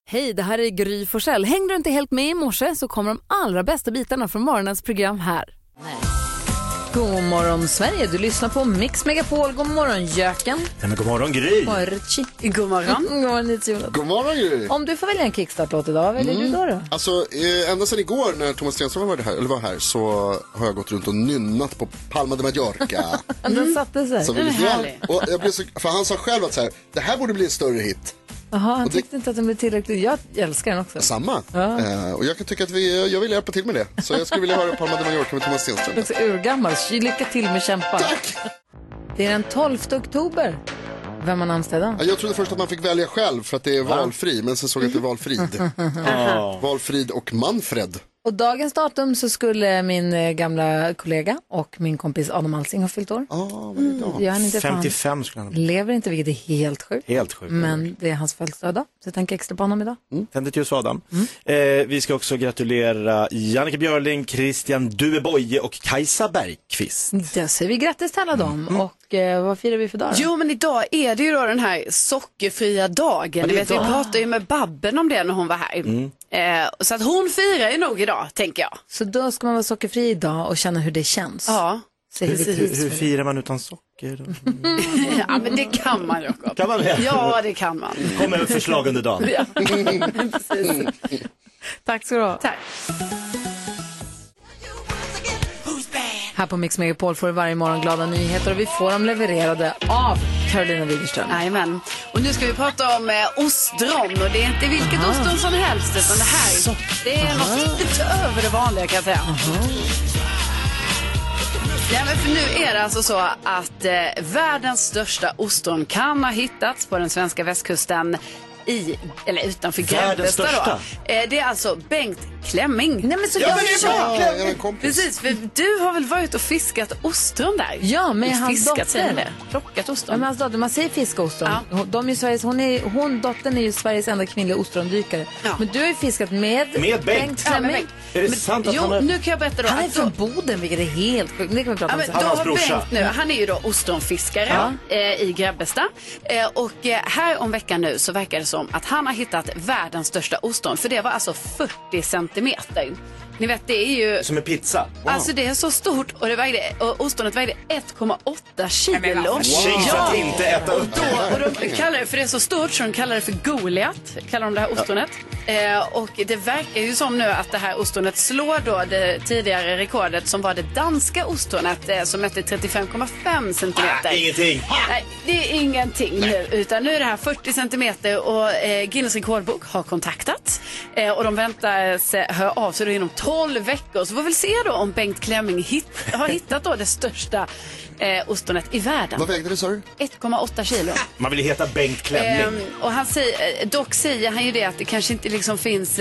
Hej, det här är Gry Forssell. Hängde du inte helt med i morse så kommer de allra bästa bitarna från morgonens program här. God morgon Sverige, du lyssnar på Mix Megapol. God morgon Jöken. Ja, men god morgon Gry. God morgon. God morgon Jonas. God morgon Gry. Om du får välja en kickstart-låt idag, väljer du då? Alltså, ända sedan igår när Thomas Stenström var här så har jag gått runt och nynnat på Palma de Mallorca. Den satte sig. Så och jag blev så, för han sa själv att så här, det här borde bli en större hit. Jaha, han tyckte inte att den blev tillräckligt. Jag älskar den också. Samma. Och jag kan tycka att jag vill hjälpa till med det. Så jag skulle vilja höra Palma de Mallorca med Thomas Stenström. Du är så urgammal. Lycka till med kämpa. Tack! Det är den 12 oktober. Vem man anställde? Jag trodde först att man fick välja själv för att det är valfri. Men sen såg jag att det är valfrid. Valfrid och Manfred. Och dagens datum så skulle min gamla kollega och min kompis Adam Alsing ha fyllt år. Vad är det då? Jag inte 55 skulle han lever inte, vilket är helt sjukt. Helt sjukt. Men det är hans födelsedag då. Så jag tänker extra på honom idag. Tänd ett ljus för Adam. Vi ska också gratulera Jannike Björling, Christian Dueboye och Kajsa Bergqvist. Det säger vi grattis till alla dem. Och vad firar vi för dag då? Jo, men idag är det ju då den här sockerfria dagen. Vi pratade ju med Babben om det när hon var här. Så att hon firar ju nog idag, tänker jag. Så då ska man vara sockerfri idag och känna hur det känns. Ja. Hur firar man utan socker? Ja, men det kan man, Jakob. Kan man det? Ja, det kan man. Kommer med förslag under dagen. Ja. Precis. Tack ska du ha. Tack. Här på Mix Megapol får du varje morgon glada nyheter och vi får dem levererade av Carolina Widerström. Jajamän. Och nu ska vi prata om ostron. Och det är inte vilket ostron som helst, utan det här det är något utöver det vanliga, kan jag säga. Ja, men för nu är det alltså så att världens största ostron kan ha hittats på den svenska västkusten utanför Grebbestad då. Det är alltså Bengt Klemming. Nej, men så Precis, för du har väl varit och fiskat ostron där? Ja, med hans dotter. Plockat ostron. Ja, med hans dotter, man säger fiskostron. Ja. De är Sveriges, dottern är ju Sveriges enda kvinnliga ostrondykare. Ja. Men du har ju fiskat med Bengt Klemming. Är det sant att nu kan jag berätta då. Han är från Boden, vilket är helt sjukt. Det kan vi prata om sen. Då har Bengt nu, han är ju då ostronfiskare i Grebbestad. Och här om veckan nu så verkar det som att han har hittat världens största ostron. För det var alltså 40 centimeter. Ni vet, det är ju... Som en pizza. Wow. Alltså det är så stort och ostronet vägde 1,8 kilo. För att inte äta upp. Och de kallar det, för det är så stort så de kallar det för Goliat, kallar de det här ostronet. Och det verkar ju som nu att det här ostronet slår då det tidigare rekordet som var det danska ostronet som mätte 35,5 centimeter. Ingenting. Nej, det är ingenting nu, utan nu är det här 40 centimeter och Guinness rekordbok har kontaktats och de väntar sig höra av sig då inom 12 veckor. Så vi vill se då om Bengt Klemming har hittat då det största ostronet i världen. Vad vägde det, sa du? 1,8 kilo. Man vill heta Bengt Klemming. Och dock säger han ju det att det kanske inte liksom finns...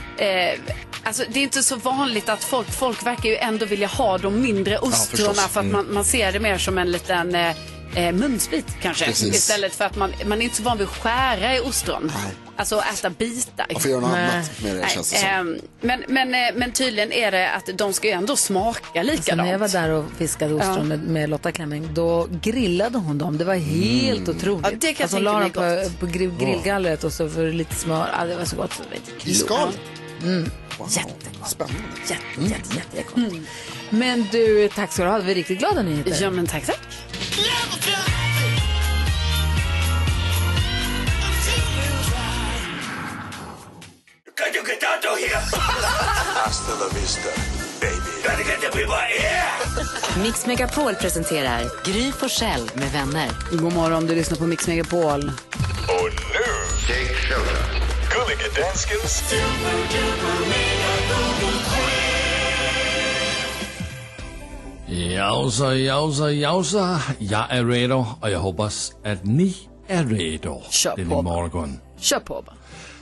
alltså det är inte så vanligt att folk verkar ju ändå vilja ha de mindre ostrorna för att man ser det mer som en liten... munsbit kanske. Precis. Istället för att man är inte så van vid att skära i ostron. Nej. Alltså äta bitar. Man får göra något annat med det, känns det som. Men tydligen är det att de ska ju ändå smaka likadant. Alltså, när jag var där och fiskade ostron med Lotta Klemming, då grillade hon dem. Det var helt otroligt. Ja, det kan alltså, hon la dem på grillgallret och så för lite smör. Ja, det var så gott. I skal? Wow. Jättegott. Spännande. Jättegott. Men du, tack ska du ha. Vi är riktigt glada nyheter. Ja, men tack. Hasta la vista, baby. Mix Megapol presenterar Gry Forssell med vänner. God morgon, du lyssnar på Mix Megapol. Och nu, Jake Shelton. Gullige danskens. Jausa. Jag är redo och jag hoppas att ni är redo. Kör den på. morgon. Kör på bara.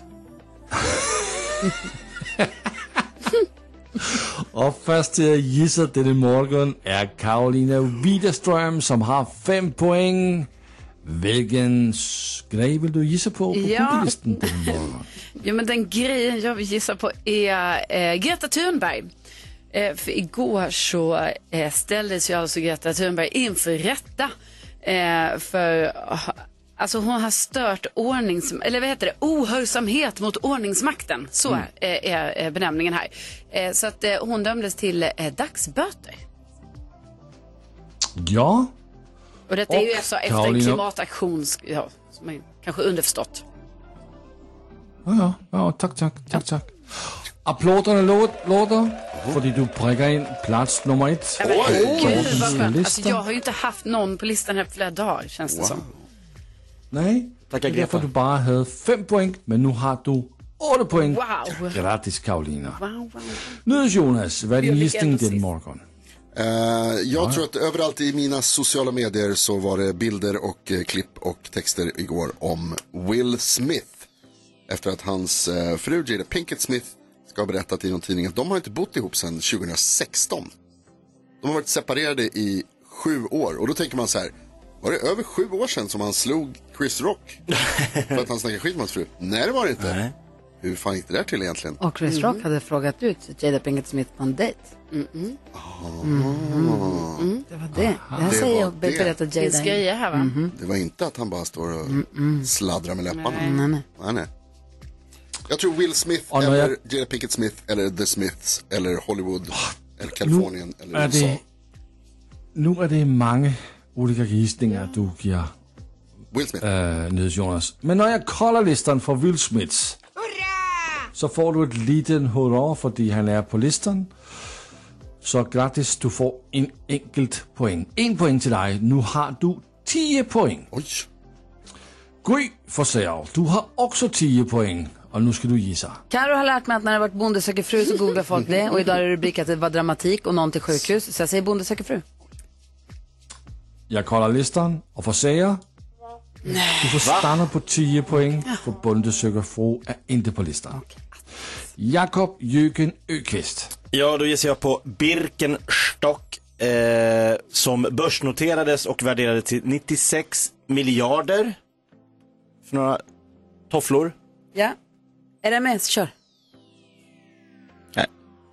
Och först till att gissa denna morgon är Carolina Widerström som har 5 poäng. Vilken grej vill du gissa på listan denna morgon? Ja, men den grejen jag vill gissa på är Greta Thunberg. För igår så ställdes ju alltså Greta Thunberg inför rätta för Alltså hon har stört ohörsamhet mot ordningsmakten. Så är benämningen här. Så att hon dömdes till dagsböter. Ja. Och detta är ju alltså efter en klimataktion, som är kanske underförstått. Ja, tack. Applåderna låter, fordi du prickar in plats nummer 1. Gud, vad skönt. Alltså, jag har ju inte haft någon på listan här på flera dagar, känns det som. Nej, det är därför du bara hade 5 poäng, men nu har du 8 poäng. Wow. Grattis, Karolina. Wow. Nu Jonas, vad är din gissning den morgon? Jag tror att överallt i mina sociala medier så var det bilder och klipp och texter igår om Will Smith. Efter att hans fru Jada Pinkett Smith ska ha berättat i någon tidning att de har inte bott ihop sedan 2016. De har varit separerade i 7 år. Och då tänker man så här, var det över 7 år sedan som han slog Chris Rock för att han snackade skit med hans fru? Nej, det var det inte. Nej. Hur fan gick det där till egentligen? Och Chris Rock hade frågat ut Jada Pinkett Smith på en dejt. Det var det. Jag säger och berättar Jada. Finns grejer här, va? Det var inte att han bara står och sladdrar med läpparna. Nej. Jag tror Will Smith eller Jada Pinkett Smith eller The Smiths eller Hollywood eller Kalifornien eller USA. Nu är det många olika gissningar du ger Will Smith. Jonas. Men när jag kollar listan för Will Smiths så får du ett liten hurra fordi han är på listan. Så grattis, du får en enkelt poäng. 1 poäng till dig. Nu har du 10 poäng. Oj. Gry Forssell, du har också 10 poäng. Och nu ska du gissa. Karo har lärt mig att när det varit Bonde söker fru så googlar folk det. Och idag är det rubrik att det var dramatik och någon till sjukhus. Så jag säger Bonde söker fru. Jag kollar listan och får säga. Du får stanna på 10 poäng. För Bonde söker fru är inte på listan. Jakob Jöken Öqvist. Ja, då gissar jag på Birkenstock som börsnoterades och värderade till 96 miljarder. För några tofflor. Ja. Är det med? Kör. Nej.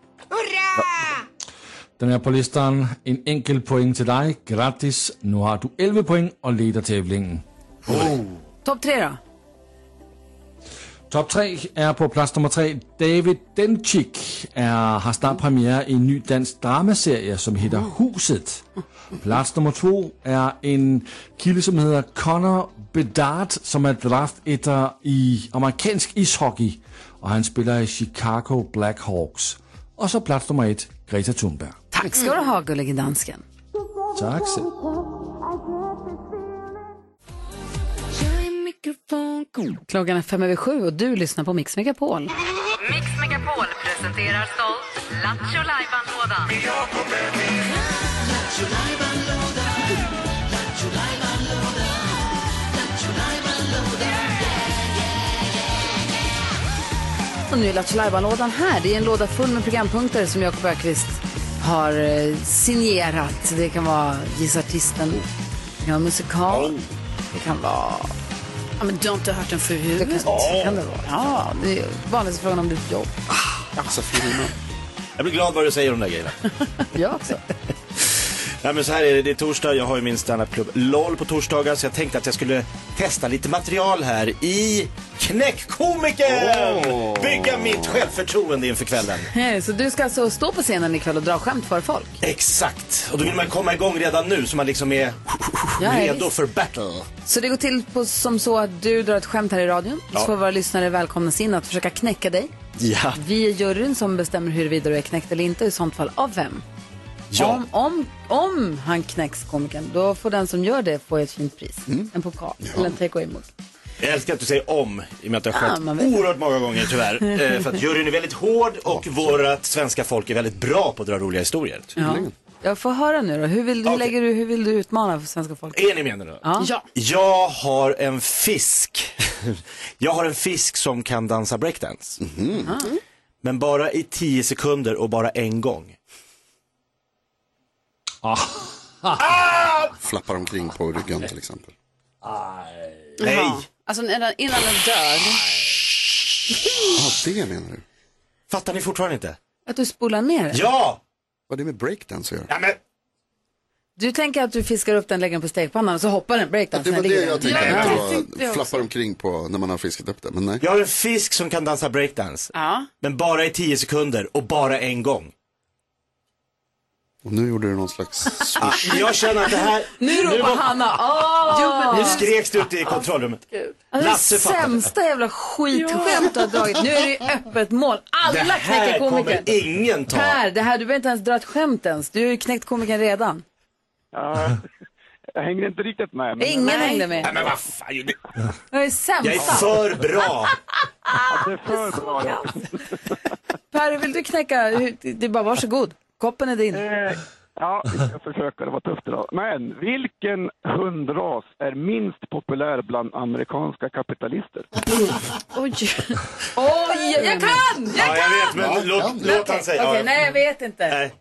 Den är på listan. En enkel poäng till dig. Grattis. Nu har du 11 poäng och leder tävlingen. Topp 3 då? Top 3 är på plats nummer 3. David Dencik har snart premiär i en ny dansk dramaserie som heter Huset. Plats nummer 2 är en kille som heter Connor Bedard som är draftetter i amerikansk ishockey. Och han spelar i Chicago Blackhawks. Och så plats nummer 1, Greta Thunberg. Tack ska du ha, gullige dansken. Tack så. Klockan är 6:05 och du lyssnar på Mix Megapol. Mix Megapol presenterar stolt Lattjo Lajban-lådan. Och nu är Lattjo Lajban-lådan här. Det är en låda full med programpunkter som Jakob Öqvist har signerat. Det kan vara Gissa artisten, det kan vara musikal, det kan vara... Ja, men du har inte hört den förut. Det kan det vara. Ja, det är vanligast frågan om ditt jobb. Jag blir glad vad du säger om de där grejerna. Jag också. Ja, men så här är det, det är torsdag, jag har ju min standardklubb LOL på torsdagar, så jag tänkte att jag skulle testa lite material här i Knäckkomikern! Bygga mitt självförtroende inför kvällen. Så du ska alltså stå på scenen ikväll och dra skämt för folk? Exakt, och då vill man komma igång redan nu så man liksom är redo för battle. Så det går till som så att du drar ett skämt här i radion, så får våra lyssnare välkomnas in att försöka knäcka dig. Ja. Vi är juryn som bestämmer huruvida du är knäckt eller inte, i sånt fall av vem? Ja. Om han knäcks komikern, då får den som gör det få ett fint pris. En pokal eller en take-away-mugg. Jag älskar att du säger om, i och med att det har skett oerhört många gånger tyvärr. För att juryn är väldigt hård och vårat svenska folk är väldigt bra på att dra roliga historier. Ja. Jag får höra nu då, hur vill du utmana för svenska folk? Är ni med nu då? Ja. Jag har en fisk. Jag har en fisk som kan dansa breakdance. Men bara i 10 sekunder och bara en gång. Flappar omkring på ryggen till exempel. Nej. Alltså innan den dör. Det menar du? Fattar ni fortfarande inte? Att du spolar ner det? Ja! Vad är det med breakdance att göra? Ja, men... Du tänker att du fiskar upp den, lägger den på stekpannan och så hoppar den breakdance. Det var det jag tänkte. Ja. Flappar omkring på när man har fiskat upp det. Men nej. Jag har en fisk som kan dansa breakdance. Ja. Men bara i 10 sekunder och bara en gång. Och nu gjorde du någon slags swoosh. Jag känner att det här... Nu ropar Hanna. Nu skreks du ute i kontrollrummet. Det Lasse fattar. sämsta jävla skitskämt du har dragit. Nu är det ju öppet mål. Alla Det knäcker här komikern. kommer ingen ta. Per, det här, du behöver inte ens dra ett skämt ens. Du har ju knäckt komikern redan. Ja, jag hängde inte riktigt med. Men Ingen hängde med. Nej, men vad fan. Det är sämsta. Jag är för bra. det är för bra. Ja. Per, vill du knäcka? Det är bara varsågod. Koppen är din. Ja, jag försöker. Det var tufft idag. Men vilken hundras är minst populär bland amerikanska kapitalister? Oj. Oj, jag kan! Ja, jag vet, men låt han säga. Okej, nej, jag vet inte. Nej.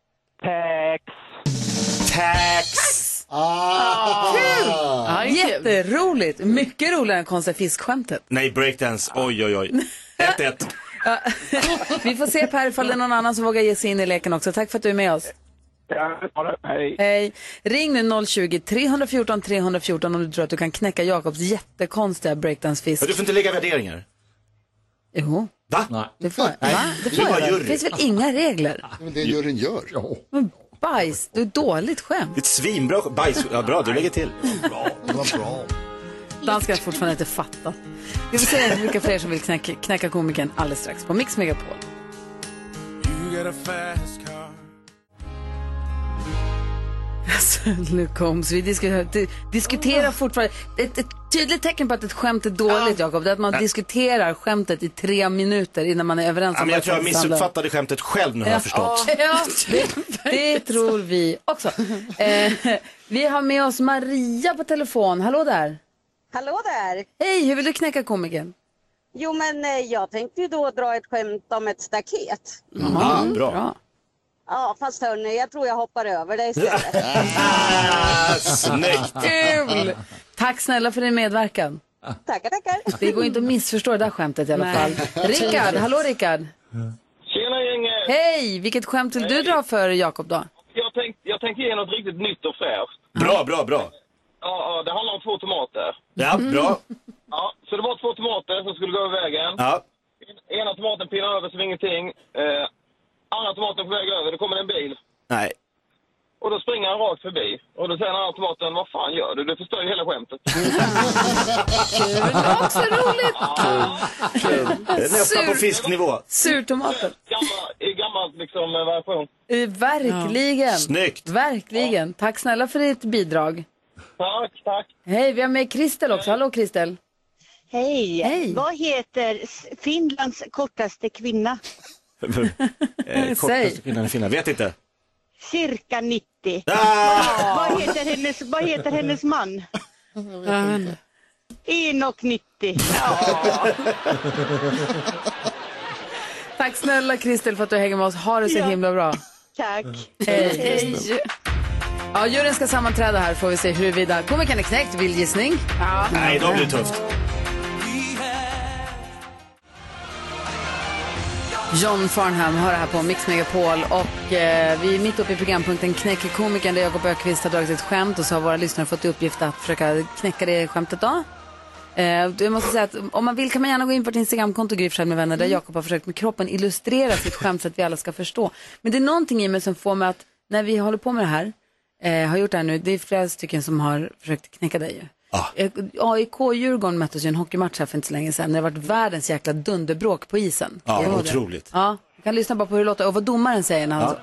Tax. Ja, Jätteroligt. Mycket roligare än konstiga fiskskämtet. Nej, breakdance. Oj. 1-1. Vi får se, Per, ifall det är någon annan som vågar ge sig in i leken också. Tack för att du är med oss. Ja, hej. Hej. Ring nu 020-314 314 om du tror att du kan knäcka Jakobs jättekonstiga breakdance-fisk. Men du får inte lägga värderingar. Jo, Va? Nej. det får Nej. Va? Det Du får är bara jag. jury. Det finns väl inga regler? Men det juryn gör. Men bajs, det är dåligt skämt. Det är ett svinbra bajs. Ja, bra, du lägger till. Det var bra. Danskar har fortfarande inte fattat. Vi får se vilka fler som vill knäcka komikern alldeles strax på Mix Megapol. Alltså, Luke Holmes, vi diskuterar fortfarande. Ett tydligt tecken på att ett skämt är dåligt, Jakob, det är att man diskuterar skämtet i 3 minuter innan man är överens om Men jag tror jag det handlar om. missuppfattade skämtet själv nu har jag förstått. Ja, det tror vi också. Vi har med oss Maria på telefon. Hallå där. Hallå där! Hej, hur vill du knäcka komikern? Jo, men jag tänkte ju då dra ett skämt om ett staket. Bra. Ja, fast hörni, jag tror jag hoppar över det istället. Snyggt. Kul! Tack snälla för din medverkan. Tackar. Det går inte att missförstå det där skämtet i alla fall. Rickard, hallå Rickard. Tjena gänget! Hej, vilket skämt vill du dra för Jakob då? Jag tänkte ge något riktigt nytt och fräscht. Bra. Ja, det handlar om 2 tomater. Ja, bra. Ja, så det var 2 tomater som skulle gå över vägen. Ja. Ena tomaten pinnar över som ingenting. Andra tomaten på väg över, det kommer en bil. Nej. Och då springer han rakt förbi. Och då säger den andra tomaten, vad fan gör du? Du förstör ju hela skämtet. Kul, också roligt. Nästan på fisknivå. Surtomaten. I gammal liksom, version. Verkligen. Snyggt. Verkligen. Tack snälla för ditt bidrag. Tack. Hej, vi har med Kristel också. Hallå Kristel. Hej. Vad heter Finlands kortaste kvinna? Kortaste kvinnan i Finland. Vet inte. Cirka 90. Vad heter hennes man? Enoch 90. Tack snälla Kristel för att du hänger med oss. Ha det så himla bra. Tack. Hej. Ja, juryn ska sammanträda här, får vi se huruvida komikern är knäckt, vill gissning. Nej, då blir det tufft. John Farnham hör här på Mix Megapol och vi är mitt uppe i programpunkten Knäcker komikern där Jakob Ökvist har dragit ett skämt och så har våra lyssnare fått i uppgift att försöka knäcka det skämtet då. Jag måste säga att om man vill kan man gärna gå in på ett Instagramkonto Gry Forssell med vänner där Jakob har försökt med kroppen illustrera sitt skämt så att vi alla ska förstå. Men det är någonting i mig som får mig att när vi håller på med det här, har gjort det här nu, det är flera stycken som har försökt knäcka dig ju. AIK-Djurgården möttes ju en hockeymatch här för inte så länge sedan. Det har varit världens jäkla dunderbråk på isen. Ja, otroligt. Ja, vi kan lyssna bara på hur det låter och vad domaren säger när han...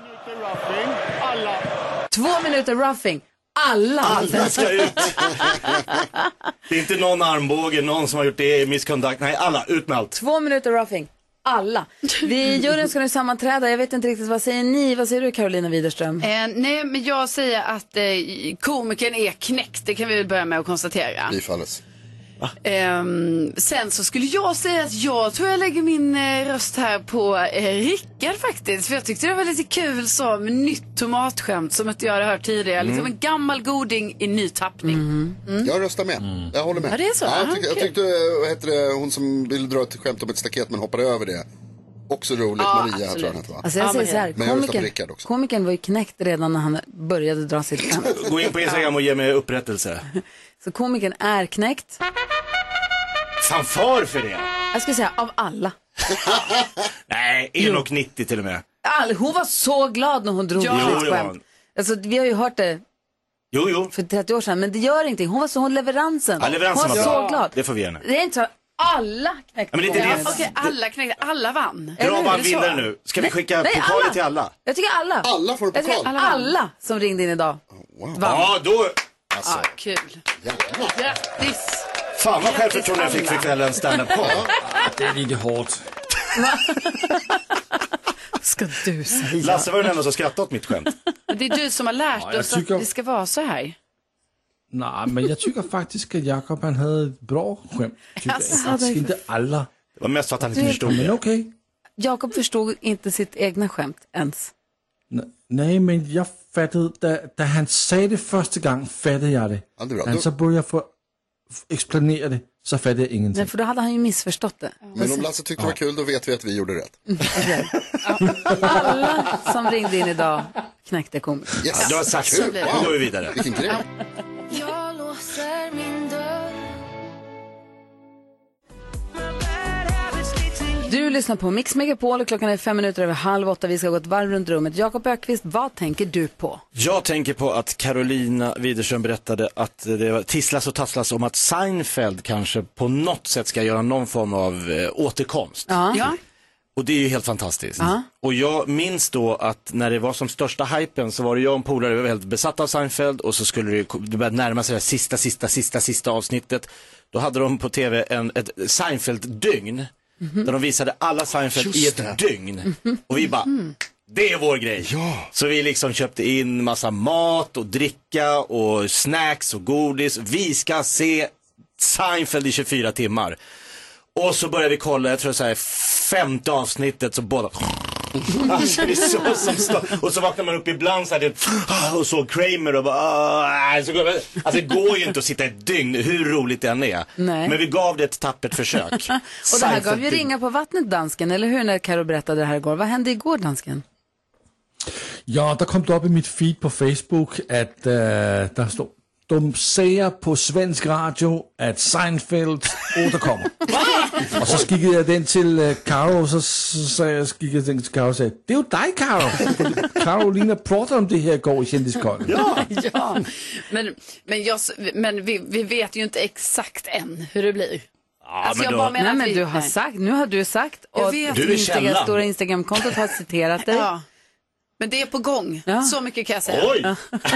2 minuter roughing. Alla ska ut. Det är inte någon armbåge, någon som har gjort det i misskontakt. Nej, alla, ut med allt. 2 minuter roughing. Alla. Juryn ska nu sammanträda. Jag vet inte riktigt, vad säger ni? Vad säger du, Carolina Widerström? Nej, men jag säger att komikern är knäckt. Det kan vi väl börja med att konstatera. Bifalles. Sen så skulle jag säga att jag tror jag lägger min röst här på Rickard faktiskt. För jag tyckte det var lite kul som nytt tomatskämt som inte jag hade hört tidigare. Liksom en gammal goding i ny tappning. Jag röstar med. Jag håller med. Ja, det är så. Ja, jag tyckte vad heter det, hon som ville dra ett skämt om ett staket men hoppade över det. Också roligt, Maria tror jag inte va? Alltså jag säger så här, Men jag röstar på Rickard också. komikern var ju knäckt redan när han började dra sitt skämt. Gå in på Instagram och ge mig upprättelse. Så komikern är knäckt. Fanfar för det. Jag ska säga av alla. Nej, 1,90 till och med. Hon var så glad när hon drog sitt skämt. Alltså vi har ju hört det för 30 år sedan, men det gör ingenting. Hon var så, leveransen. Ja, leveransen hon var så glad. Det får vi gärna. Det är inte så alla knäckte. Ja, men det är det. Okej, alla knäckte, alla vann. Dra bara vinnare nu. Ska vi skicka pokaler till alla? Jag tycker alla. Alla får pokal. Alla som ringde in idag. Wow. Ja, då... Alltså. Kul. Grattis. Fan vad självförtroende jag fick för kvällen stand-up-kom. Det är lite hårt. Ska du säga? Lasse var den enda som skrattade åt mitt skämt. Det är du som har lärt oss att det ska vara så här. Nej, men jag tycker faktiskt att Jakob han hade ett bra skämt. Faktiskt inte alla. Det var mest för att han inte förstod. Men okej. Jakob förstod inte sitt egna skämt ens. Nej, men jag fattade, da han sa det första gången fattade jag det. Ja, det är bra. Han så började få explanera det, så fattade jag ingenting. Nej, för då hade han ju missförstått det. Men om Lasse tyckte det var kul, då vet vi att vi gjorde rätt. Alla som ringde in idag knäckte komikern. Yes. Du har sagt Kul. det. Då går vi vidare. Vilken grej. Jag låser min dörr. Du lyssnar på Mix Megapol och klockan är 7:05. Vi ska gå ett varv runt rummet. Jakob Ökvist, vad tänker du på? Jag tänker på att Carolina Widerström berättade att det var tisslas och tasslas om att Seinfeld kanske på något sätt ska göra någon form av återkomst. Ja. Och det är ju helt fantastiskt. Och jag minns då att när det var som största hypen så var det jag och en polare, vi var helt besatta av Seinfeld och så skulle det börja närma sig det sista avsnittet. Då hade de på tv ett Seinfeld-dygn där de visade alla Seinfeld i ett dygn. Och vi bara, det är vår grej. Så vi liksom köpte in massa mat och dricka och snacks och godis. Vi ska se Seinfeld i 24 timmar. Och så började vi kolla, jag tror så här 5:e avsnittet så båda alltså, det är så som och så vaknar man upp ibland så här, och så Kramer och bara alltså det går ju inte att sitta ett dygn hur roligt det än är. Nej. Men vi gav det ett tappert försök. Och det här gav ju ringa på vattnet, dansken, eller hur, när Karo berättade det här igår? Vad hände igår, dansken? Ja, där kom det upp i mitt feed på Facebook att där stod, de säger på svensk radio att Seinfeld återkommer. Och så skickade jag den till Karo och så skickade jag den till Karo och sa, det är ju dig, Karo. Carolina pratade om det här igår i Kändiskollen. Ja. Men vi vet ju inte exakt än hur det blir. Ja, alltså, men jag då... bara menar Nej, men att du har sagt, nu har du sagt och Du är källan. stora Instagram-kontot har citerat dig. Ja. Men det är på gång. Ja. Så mycket kan jag säga. Oj!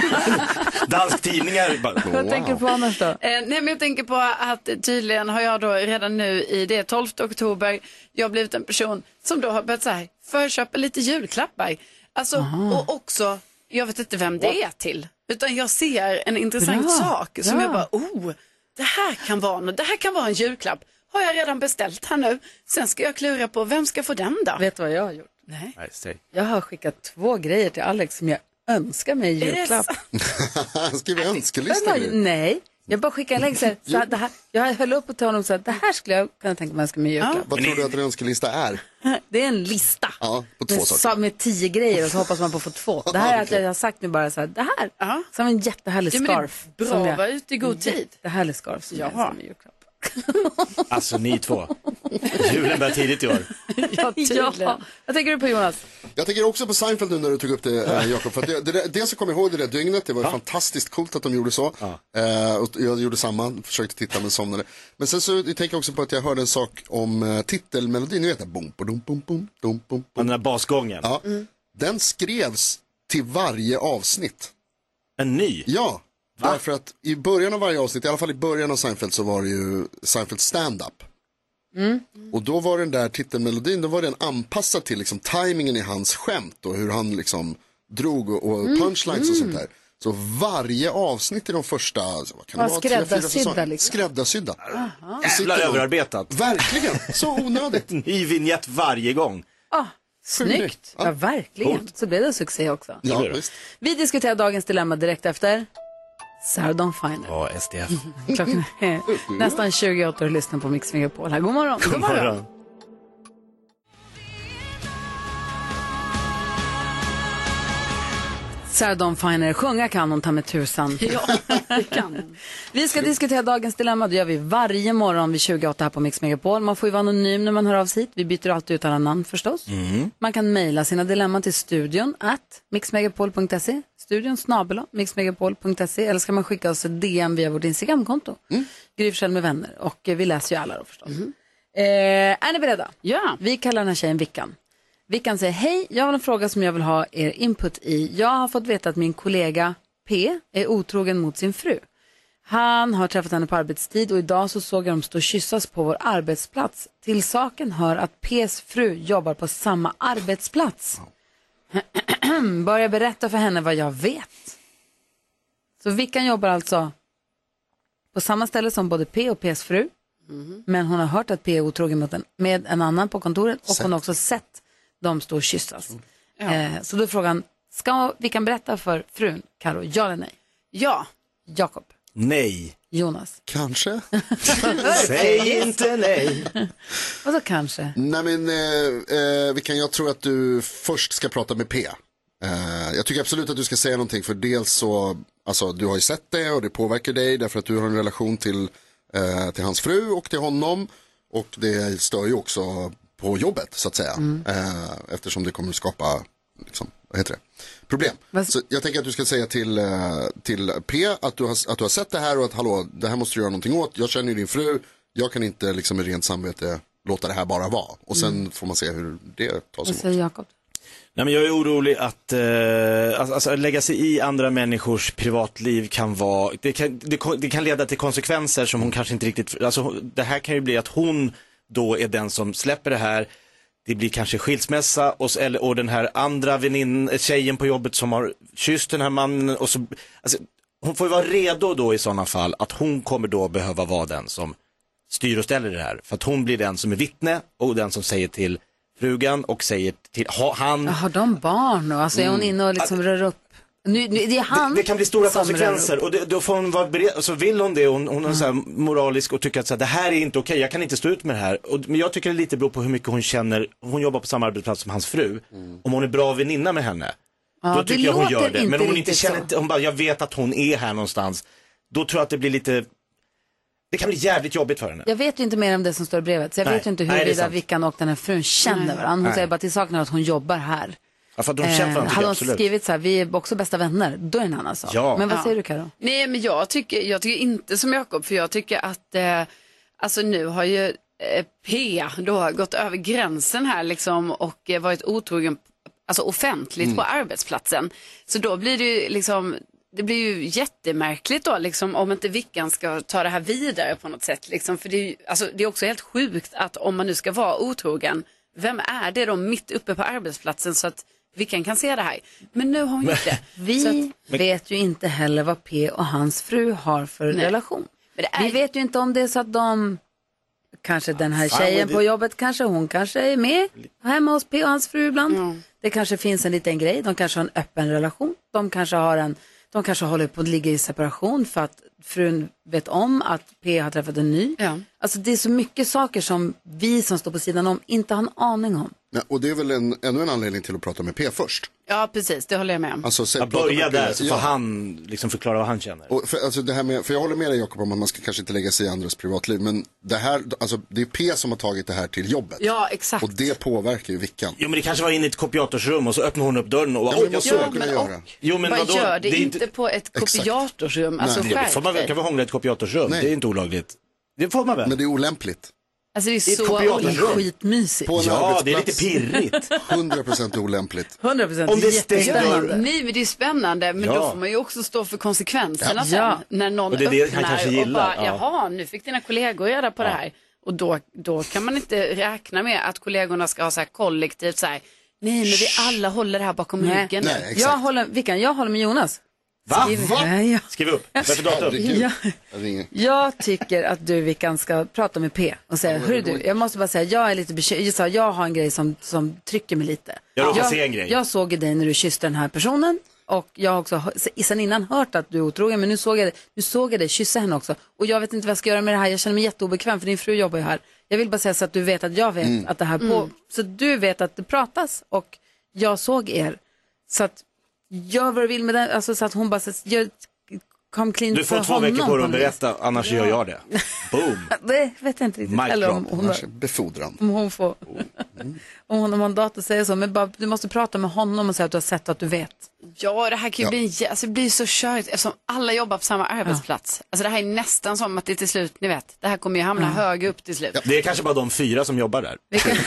Dansktidningar bara, Vad tänker du på annars då? Nej, men jag tänker på att tydligen har jag då redan nu i det 12 oktober jag har blivit en person som då har börjat så här förköpa lite julklappar. Alltså, och också, jag vet inte vem det är till, utan jag ser en intressant sak som jag bara, det här kan vara en julklapp. Har jag redan beställt här nu. Sen ska jag klura på vem ska få den då. Vet du vad jag har gjort? Nej. Jag har skickat 2 grejer till Alex som jag önskar mig i julklapp. Skriver önskelista nu? Nej, jag bara skickar en länk så det här, jag höll upp till honom och sa att det här skulle jag kunna tänka mig önska mig i julklapp. Vad tror du att en önskelista är? Det är en lista. Ja, på 2 saker. Med 10 grejer och så hoppas man på att få 2. Det här är att jag har sagt nu bara så här, det här. Som en jättehärlig scarf. Det är bra att vara ute i god tid. Jättehärlig scarf som jag önskar mig i julklapp. Alltså ni två. Julen börjar tidigt i år. Ja. Vad tänker du på, Jonas? Jag tänker också på Seinfeld nu när du tog upp det, Jakob. För att dels så kommer jag ihåg det där dygnet. Det var fantastiskt coolt att de gjorde så. Och jag gjorde samma, försökte titta men somnade. Men sen så tänker jag också på att jag hörde en sak om titelmelodin. Ni vet det, bom, bom, bom, bom, bom, bom. Den där basgången. Ja, den skrevs till varje avsnitt. En ny? Ja. Därför att i början av varje avsnitt, i alla fall i början av Seinfeld, så var det ju Seinfeld stand-up. Och då var den där titelmelodin, då var den anpassad till liksom timingen i hans skämt och hur han liksom drog och punchlines och sånt där. Så varje avsnitt i de första, vad kan det vara, 3-4 säsonger? Liksom. Skräddarsydda. Jävla överarbetat. Verkligen, så onödigt. Ny vignett varje gång. Snyggt. Ja, verkligen. Så blev det succé också. Ja, visst. Vi diskuterar dagens dilemma direkt efter Sarah Dawn Finer. Ja, SDF. Klockan är nästan 28 och lyssnar på Mix Megapol här. God morgon. God morgon. Sarah Dawn Finer, sjunga kan hon ta med tusan. Ja, det kan. Vi ska diskutera dagens dilemma, det gör vi varje morgon vid 28 här på Mix Megapol. Man får ju vara anonym när man hör av sig hit. Vi byter alltid ut alla namn förstås. Man kan mejla sina dilemman till studion @mixmegapol.se, studion @mixmegapol.se, eller ska man skicka oss ett DM via vårt Instagramkonto. Gry Forssell med vänner, och vi läser ju alla då förstås. Är ni beredda? Ja. Vi kallar den här tjejen Vickan. Vickan säger, hej, jag har en fråga som jag vill ha er input i. Jag har fått veta att min kollega P är otrogen mot sin fru. Han har träffat henne på arbetstid och idag så såg jag dem stå och kyssas på vår arbetsplats. Till saken hör att P's fru jobbar på samma arbetsplats. Börjar berätta för henne vad jag vet. Så Vickan jobbar alltså på samma ställe som både P och P's fru. Men hon har hört att P är otrogen med en annan på kontoret. Och hon har också sett dem stå och kyssas. Så då är frågan, ska vi kan berätta för frun, Karo, ja eller nej? Ja. Jakob? Nej. Jonas? Kanske. Säg inte nej. Och så kanske? Nej men, jag tror att du först ska prata med P. Jag tycker absolut att du ska säga någonting, för dels så, alltså du har ju sett det och det påverkar dig därför att du har en relation till hans fru och till honom, och det stör ju också på jobbet så att säga, eftersom det kommer skapa liksom, vad heter det? Problem. Så jag tänker att du ska säga till P att du har sett det här och att hallå, det här måste du göra någonting åt. Jag känner ju din fru, jag kan inte liksom med rent samvete låta det här bara vara. Och sen får man se hur det tas emot. Vad säger Jakob? Nej, men jag är orolig att alltså, lägga sig i andra människors privatliv kan vara, det kan leda till konsekvenser som hon kanske inte riktigt, alltså det här kan ju bli att hon då är den som släpper det här. Det blir kanske skilsmässa och den här andra tjejen på jobbet som har kysst den här mannen, och så, alltså, hon får ju vara redo då i sådana fall att hon kommer då behöva vara den som styr och ställer det här, för att hon blir den som är vittne och den som säger till frugan och säger till han. Har de barn och alltså är hon inne och liksom rör upp? Nu, det är han. Det kan bli stora konsekvenser och då får hon vara beredd, och så vill hon det, hon är så här moralisk och tycker att så här, det här är inte okej, jag kan inte stå ut med det här. Men jag tycker det lite beror på hur mycket hon känner. Hon jobbar på samma arbetsplats som hans fru. Om hon är bra väninna med henne, då tycker jag hon gör det. Men om hon inte känner, hon bara, jag vet att hon är här någonstans, då tror jag att det blir lite, det kan bli jävligt jobbigt för henne. Jag vet ju inte mer om det som står i brevet, så jag vet ju inte huruvida Vickan och den här frun känner varandra. Hon säger bara till saken att hon jobbar här. Ja, för att de känner varandra, hade hon skrivit så här, vi är också bästa vänner, då är det en annan sak. Ja. Men vad säger du, Karo? Nej, men jag tycker inte som Jakob, för jag tycker att alltså nu har ju P då gått över gränsen här liksom och varit otrogen, alltså offentligt på arbetsplatsen. Så då blir det ju liksom, det blir ju jättemärkligt då liksom, om inte Vickan ska ta det här vidare på något sätt liksom, för det är ju, alltså, det är också helt sjukt att om man nu ska vara otrogen, vem är det då mitt uppe på arbetsplatsen så att Vickan kan se det här? Men nu har hon gjort det. Vi vet ju inte heller vad P och hans fru har för relation. Vi vet ju inte om det är så att de, kanske den här tjejen på jobbet, kanske hon kanske är med hemma hos P och hans fru ibland. Det kanske finns en liten grej, de kanske har en öppen relation. De kanske håller på att ligga i separation för att frun vet om att P har träffat en ny. Alltså det är så mycket saker som vi som står på sidan om inte har en aning om. Ja, och det är väl ännu en anledning till att prata med P först. Ja, precis, det håller jag med om. Alltså, jag börjar där så får han liksom förklara vad han känner. Och för jag håller med dig, Jakob, om att man ska kanske inte lägga sig i andras privatliv. Men det här, alltså, det är P som har tagit det här till jobbet. Ja, exakt. Och det påverkar ju Vickan. Jo, men det kanske var inne i ett kopiatorsrum och så öppnar hon upp dörren och jag såg kunna göra. Jo, men vad gör det inte på ett kopiatorsrum? Alltså, det får man väl, kan vi hångla i ett kopiatorsrum? Nej. Det är inte olagligt. Det får man väl. Men det är olämpligt. Alltså det är så skitmysigt. Ja, det är lite pirrigt. 100% olämpligt. 100%. Om det är spännande. Nej, men det är spännande. Men då får man ju också stå för konsekvenserna sen. När någon och det är det han öppnar kanske gillar. Och bara, jaha, nu fick dina kollegor reda på det här. Och då kan man inte räkna med att kollegorna ska ha så här kollektivt så här, nej, men vi alla håller det här bakom ryggen. Nej, exakt. Jag håller med Jonas. Va? Skriv upp. Varför datum? Jag tycker att du, Vickan, ska prata med P och säga, hörru du, jag måste bara säga, jag är lite bekymrad. Jag har en grej som trycker mig lite. Jag såg dig när du kysste den här personen. Och jag har också sen innan hört att du är otrogen, men nu såg jag dig kyssa henne också. Och jag vet inte vad jag ska göra med det här. Jag känner mig jätteobekväm för din fru jobbar ju här. Jag vill bara säga så att du vet att jag vet att det här så du vet att det pratas och jag såg er. Så att gör vad du vill med den, alltså så att hon bara kom clean. Du får 2 veckor på dig att berätta, annars gör jag det. Boom. Det vet jag inte riktigt. Eller om hon befordran. Om hon får om hon har mandat att säga så, men bara, du måste prata med honom och säga att du har sett att du vet. Ja, det här kan ju bli, alltså det blir så körigt eftersom alla jobbar på samma arbetsplats. Alltså det här är nästan som att det till slut, ni vet, det här kommer ju hamna högre upp till slut. Ja, det är kanske bara de 4 som jobbar där.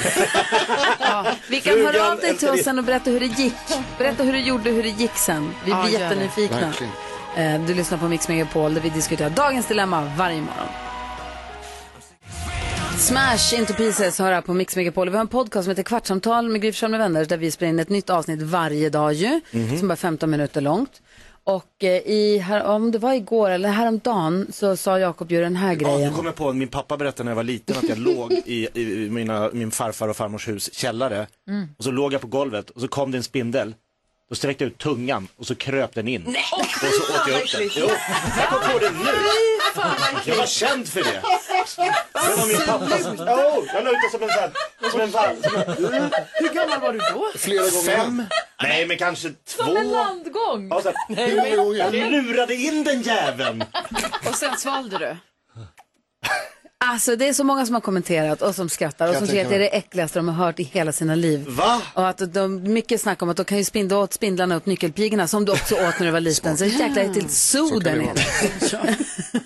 Vi kan höra av dig till oss sen och berätta hur det gick. Berätta hur du gjorde, hur det gick sen. Vi blir jättenyfikna. Du lyssnar på Mix Megapol där vi diskuterar dagens dilemma varje morgon. Smash Into Pieces hör här på Mix Megapol. Vi har en podcast som heter Kvartsamtal med Gry Forssell med vänner där vi spelar in ett nytt avsnitt varje dag ju, som bara 15 minuter långt. Och om det var igår eller häromdagen så sa Jakob ju den här grejen. Jag kommer på att min pappa berättade när jag var liten att jag låg i min farfar och farmors hus källare. Och så låg jag på golvet och så kom det en spindel. Då sträckte jag ut tungan och så kröp den in. Nej. Och så åt jag upp den. Jo, jag kom på det nu. Jag var känd för det. Det var min pappa som... jag la ut det som en vall. Hur gammal var du då? Flera gånger. 5. Nej, men kanske 2. Som en landgång. Jag lurade in den jäveln. Och sen svalde du. Alltså det är så många som har kommenterat och som skrattar och som säger att det är det äckligaste de har hört i hela sina liv. Va? Och att mycket snack om att de kan ju åt spindlarna upp nyckelpigorna som du också åt när du var liten. Så det är jäkla till sol där nere.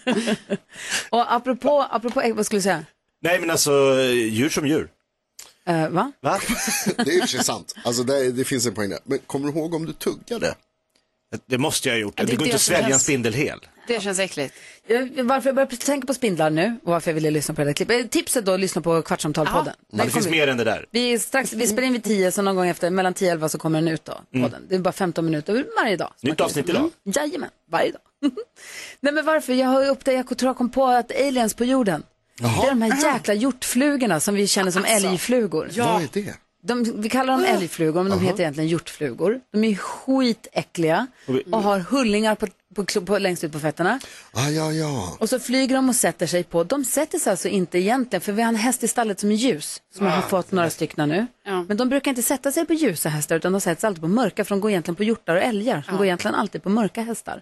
Och apropå vad skulle du säga? Nej, men alltså djur som djur. Va? Det är ju sant. Alltså det finns en poäng där. Men kommer du ihåg om du tuggade? Det måste jag ha gjort. Det går inte att svälja en spindel hel. Det känns äckligt. Varför jag började tänka på spindlar nu och varför jag ville lyssna på det där klippet. Tipset då, lyssna på Kvartsamtal-podden. Det finns mer än det där. Vi spelar in vid 10, så någon gång efter, mellan 10 och 11 så kommer den ut då, podden. Det är bara 15 minuter varje dag. Nytt avsnitt idag? Jajamän, varje dag. Nej men varför? Jag har upptäckt, jag tror jag kom på att aliens på jorden. Jaha. Det är de här jäkla hjortflugorna som vi känner som älgflugor. Ja. Vad är det? Vi kallar dem älgflugor, men de heter egentligen hjortflugor. De är skitäckliga och har hullingar på längst ut på fötterna. Ja. Och så flyger de och sätter sig på. De sätter sig alltså inte egentligen, för vi har en häst i stallet som är ljus, som har fått några stycken nu. Ja. Men de brukar inte sätta sig på ljusa hästar, utan de sätter sig alltid på mörka, för de går egentligen på hjortar och älgar. De går egentligen alltid på mörka hästar.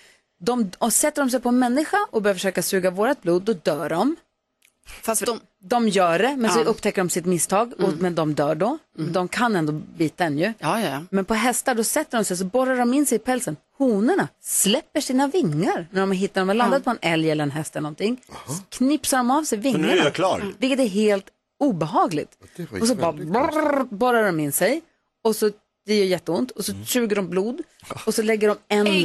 Och sätter de sig på en människa och börjar försöka suga vårat blod, då dör de. Fast de gör det, men så upptäcker de sitt misstag, men de dör då. De kan ändå bita en ju. Ja. Men på hästar då sätter de sig, så borrar de in sig i pälsen. Honorna släpper sina vingar när de har landat på en älg eller en häst eller någonting. Knipsar de av sig vingarna. Så nu är jag klar. Vilket är helt obehagligt. Och så bara borrar de in sig. Och så det gör jätteont. Och så suger de blod. Och så lägger de en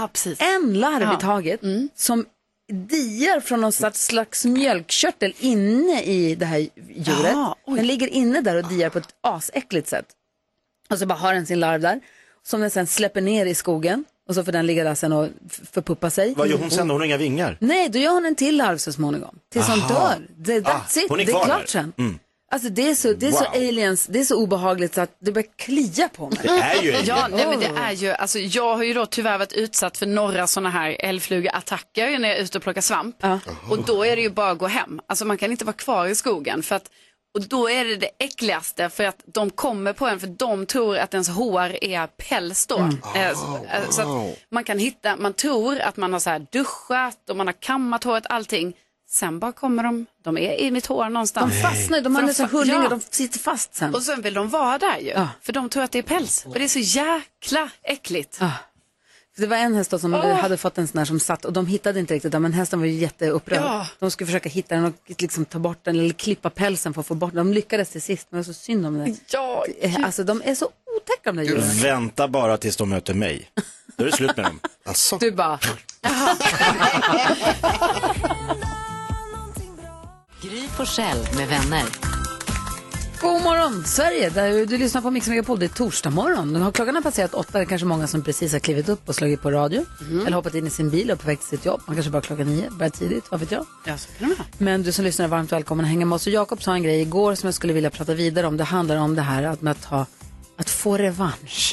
larv i taget. Som diar från någon slags mjölkkörtel inne i det här djuret. Den ligger inne där och diar på ett asäckligt sätt. Och så bara har den sin larv där, som den sen släpper ner i skogen. Och så får den ligga där sen och förpuppa sig. Vad gör hon sen? Hon har inga vingar. Nej, då gör hon en till larv så småningom. Tills hon dör. That's it. Hon är det är kvar klart där. sen. Alltså det är så aliens, det är så obehagligt så att det börjar klia på mig. Det är ju men det är ju, alltså jag har ju då tyvärr varit utsatt för några sådana här älgflugeattacker när jag är ute och plockar svamp. Och då är det ju bara att gå hem. Alltså man kan inte vara kvar i skogen för att, och då är det äckligaste för att de kommer på en, för de tror att ens hår är päls då. Så att man tror att man har så här duschat och man har kammat håret, allting. Sen bara kommer de är i mitt hår någonstans. De fastnar, de har nästan hullingar, de sitter fast sen. Och sen vill de vara där ju, för de tror att det är päls. Och det är så jäkla äckligt. Det var en häst då som hade fått en sån här som satt, och de hittade inte riktigt den, men hästen var ju jätteupprörd. De skulle försöka hitta den och liksom ta bort den eller klippa pälsen för att få bort den. De lyckades till sist, men det var så synd om det. Alltså de är så otäcka de där djuren. Vänta bara tills de möter mig. Då är det slut med dem. Alltså. Du bara... Gry Forssell med vänner. God morgon Sverige, du lyssnar på Mix Megapol. Det är torsdag morgon. Klockan har passerat 8. Det är kanske många som precis har klivit upp och slagit på radio. Eller hoppat in i sin bil och på väg till sitt jobb. Man kanske bara klockan 9, börjar tidigt, vad vet jag. Ja, så kan det vara. Men du som lyssnar är varmt välkommen att hänga med oss. Och Jakob sa en grej igår som jag skulle vilja prata vidare om. Det handlar om det här att få revansch.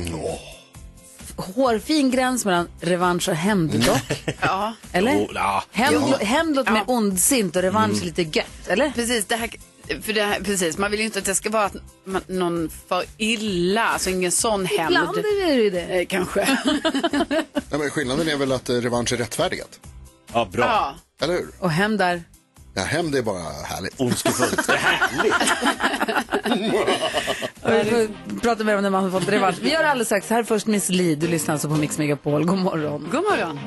Hårfin gräns mellan revansch och hämnddock. Eller? Hämnd låter mer ondsint och revansch lite gött, eller? Precis, det här För det här, precis, man vill ju inte att det ska vara att någon får illa, alltså ingen sån hämnd. Ibland är det ju det. Kanske. Nej, men skillnaden är väl att revansch är rättfärdigat. Ja, bra. Ja. Eller hur? Och hem där. Ja, hem det är bara härligt. Ondskefullt. Det är härligt. Vi får prata mer om när man har fått revansch. Vi gör alldeles strax. Här är först Miss Li. Du lyssnar alltså på Mix Megapol. God morgon. God morgon.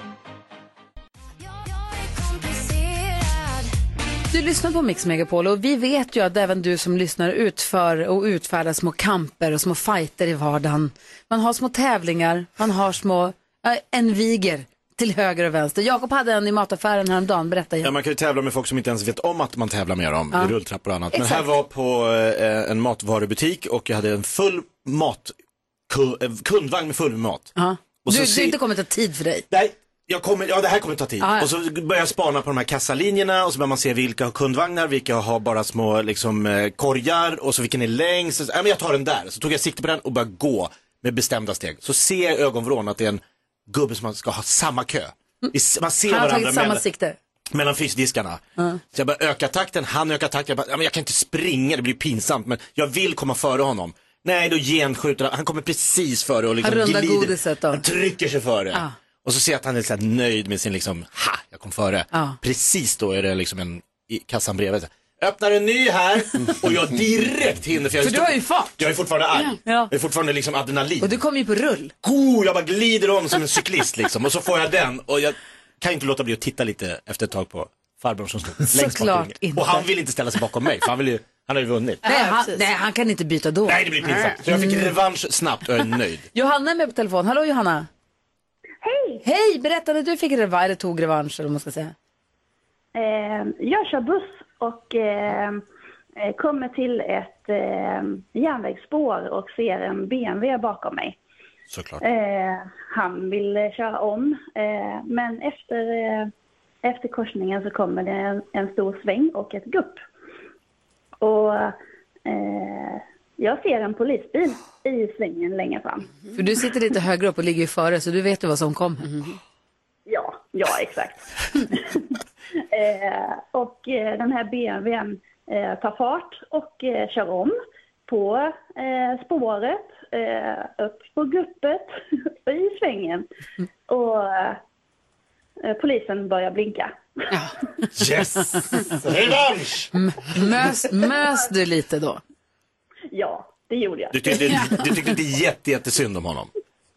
Du lyssnar på Mix Megapol och vi vet ju att även du som lyssnar utför och utfärdar små kamper och små fighter i vardagen. Man har små tävlingar, man har små enviger till höger och vänster. Jakob hade en i mataffären häromdagen, berätta igen. Ja, man kan ju tävla med folk som inte ens vet om att man tävlar med dem i rulltrappor och annat. Exakt. Men här var på en matvarubutik och jag hade en full kundvagn med full mat. Och du inte kommer ta tid för dig. Nej. Det här kommer ta tid. Och så börjar jag spana på de här kassalinjerna och så börjar man se vilka har kundvagnar, vilka har bara små liksom, korgar och så vilken är längst. Men jag tar den där. Så tog jag sikte på den och började gå med bestämda steg. Så ser jag i ögonvrån att det är en gubbe som man ska ha samma kö. Man ser han har varandra tagit samma sikte. Mellan frysdiskarna. Så jag börjar öka takten, han ökar takten. Jag kan inte springa, det blir pinsamt. Men jag vill komma före honom. Nej, då genskjuter han kommer precis före och liksom han rundar glider. Godiset då. Han trycker sig före. Och så ser jag att han är så här nöjd med sin liksom, jag kom före. Precis då är det liksom en i kassan bredvid. Öppnar en ny här och jag direkt hinner. För du har ju fart. Jag är fortfarande arg. Jag är fortfarande liksom adrenalin. Och du kommer ju på rull. Jag bara glider om som en cyklist liksom. Och så får jag den och jag kan inte låta bli att titta lite efter ett tag på farbror som stod längst bak. Och han vill inte ställa sig bakom mig för han har ju vunnit. Nej, han kan inte byta då. Nej, det blir pinsamt. Så jag fick revansch snabbt och jag är nöjd. Johanna är med på telefon. Hallå Johanna. Hej! Hej, berätta när du fick revansch eller tog revansch eller vad man ska säga. Jag kör buss och kommer till ett järnvägsspår och ser en BMW bakom mig. Såklart. Han vill köra om, men efter korsningen så kommer det en stor sväng och ett gupp. Och jag ser en polisbil i svängen längre fram. För du sitter lite högre upp och ligger ju före så du vet ju vad som kommer. Ja, exakt. Och den här BMWn tar fart och kör om på spåret, upp på guppet och i svängen. Och polisen börjar blinka. Yes! Revansch! Mös du lite då? Ja, det gjorde jag. Du tyckte det är jättesynd om honom?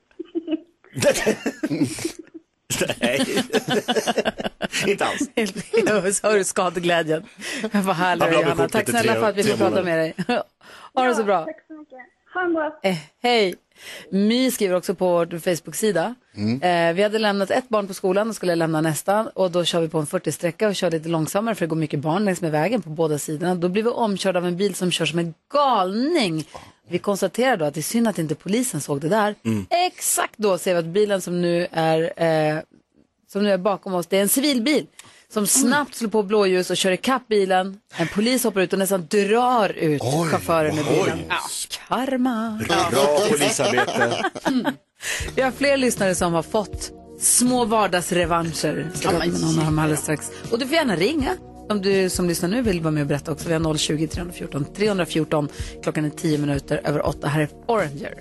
Nej. Inte alls. Så har du skadeglädjen. Vad härligt Johanna. Tack snälla för att vi får prata med dig. Ha det så bra. Tack så mycket. Ha en bra. Hej. My skriver också på vår Facebook-sida. Vi hade lämnat ett barn på skolan och skulle lämna nästa. Och då kör vi på en 40-sträcka och kör lite långsammare för det går mycket barn längs med vägen på båda sidorna. Då blir vi omkörda av en bil som kör som en galning. Vi konstaterar då att det är synd att inte polisen såg det där. Exakt då ser vi att bilen som nu är bakom oss, det är en civilbil som snabbt slår på blåljus och kör ikapp bilen. En polis hoppar ut och nästan drar ut chauffören ur bilen. Karma. Bra polisarbete. Vi har fler lyssnare som har fått små vardagsrevanscher. Ska prata med någon av dem alldeles strax. Och du får gärna ringa om du som lyssnar nu vill vara med och berätta också. Vi har 020 314 314. Klockan är 10 minuter över 8. Här är Oranger.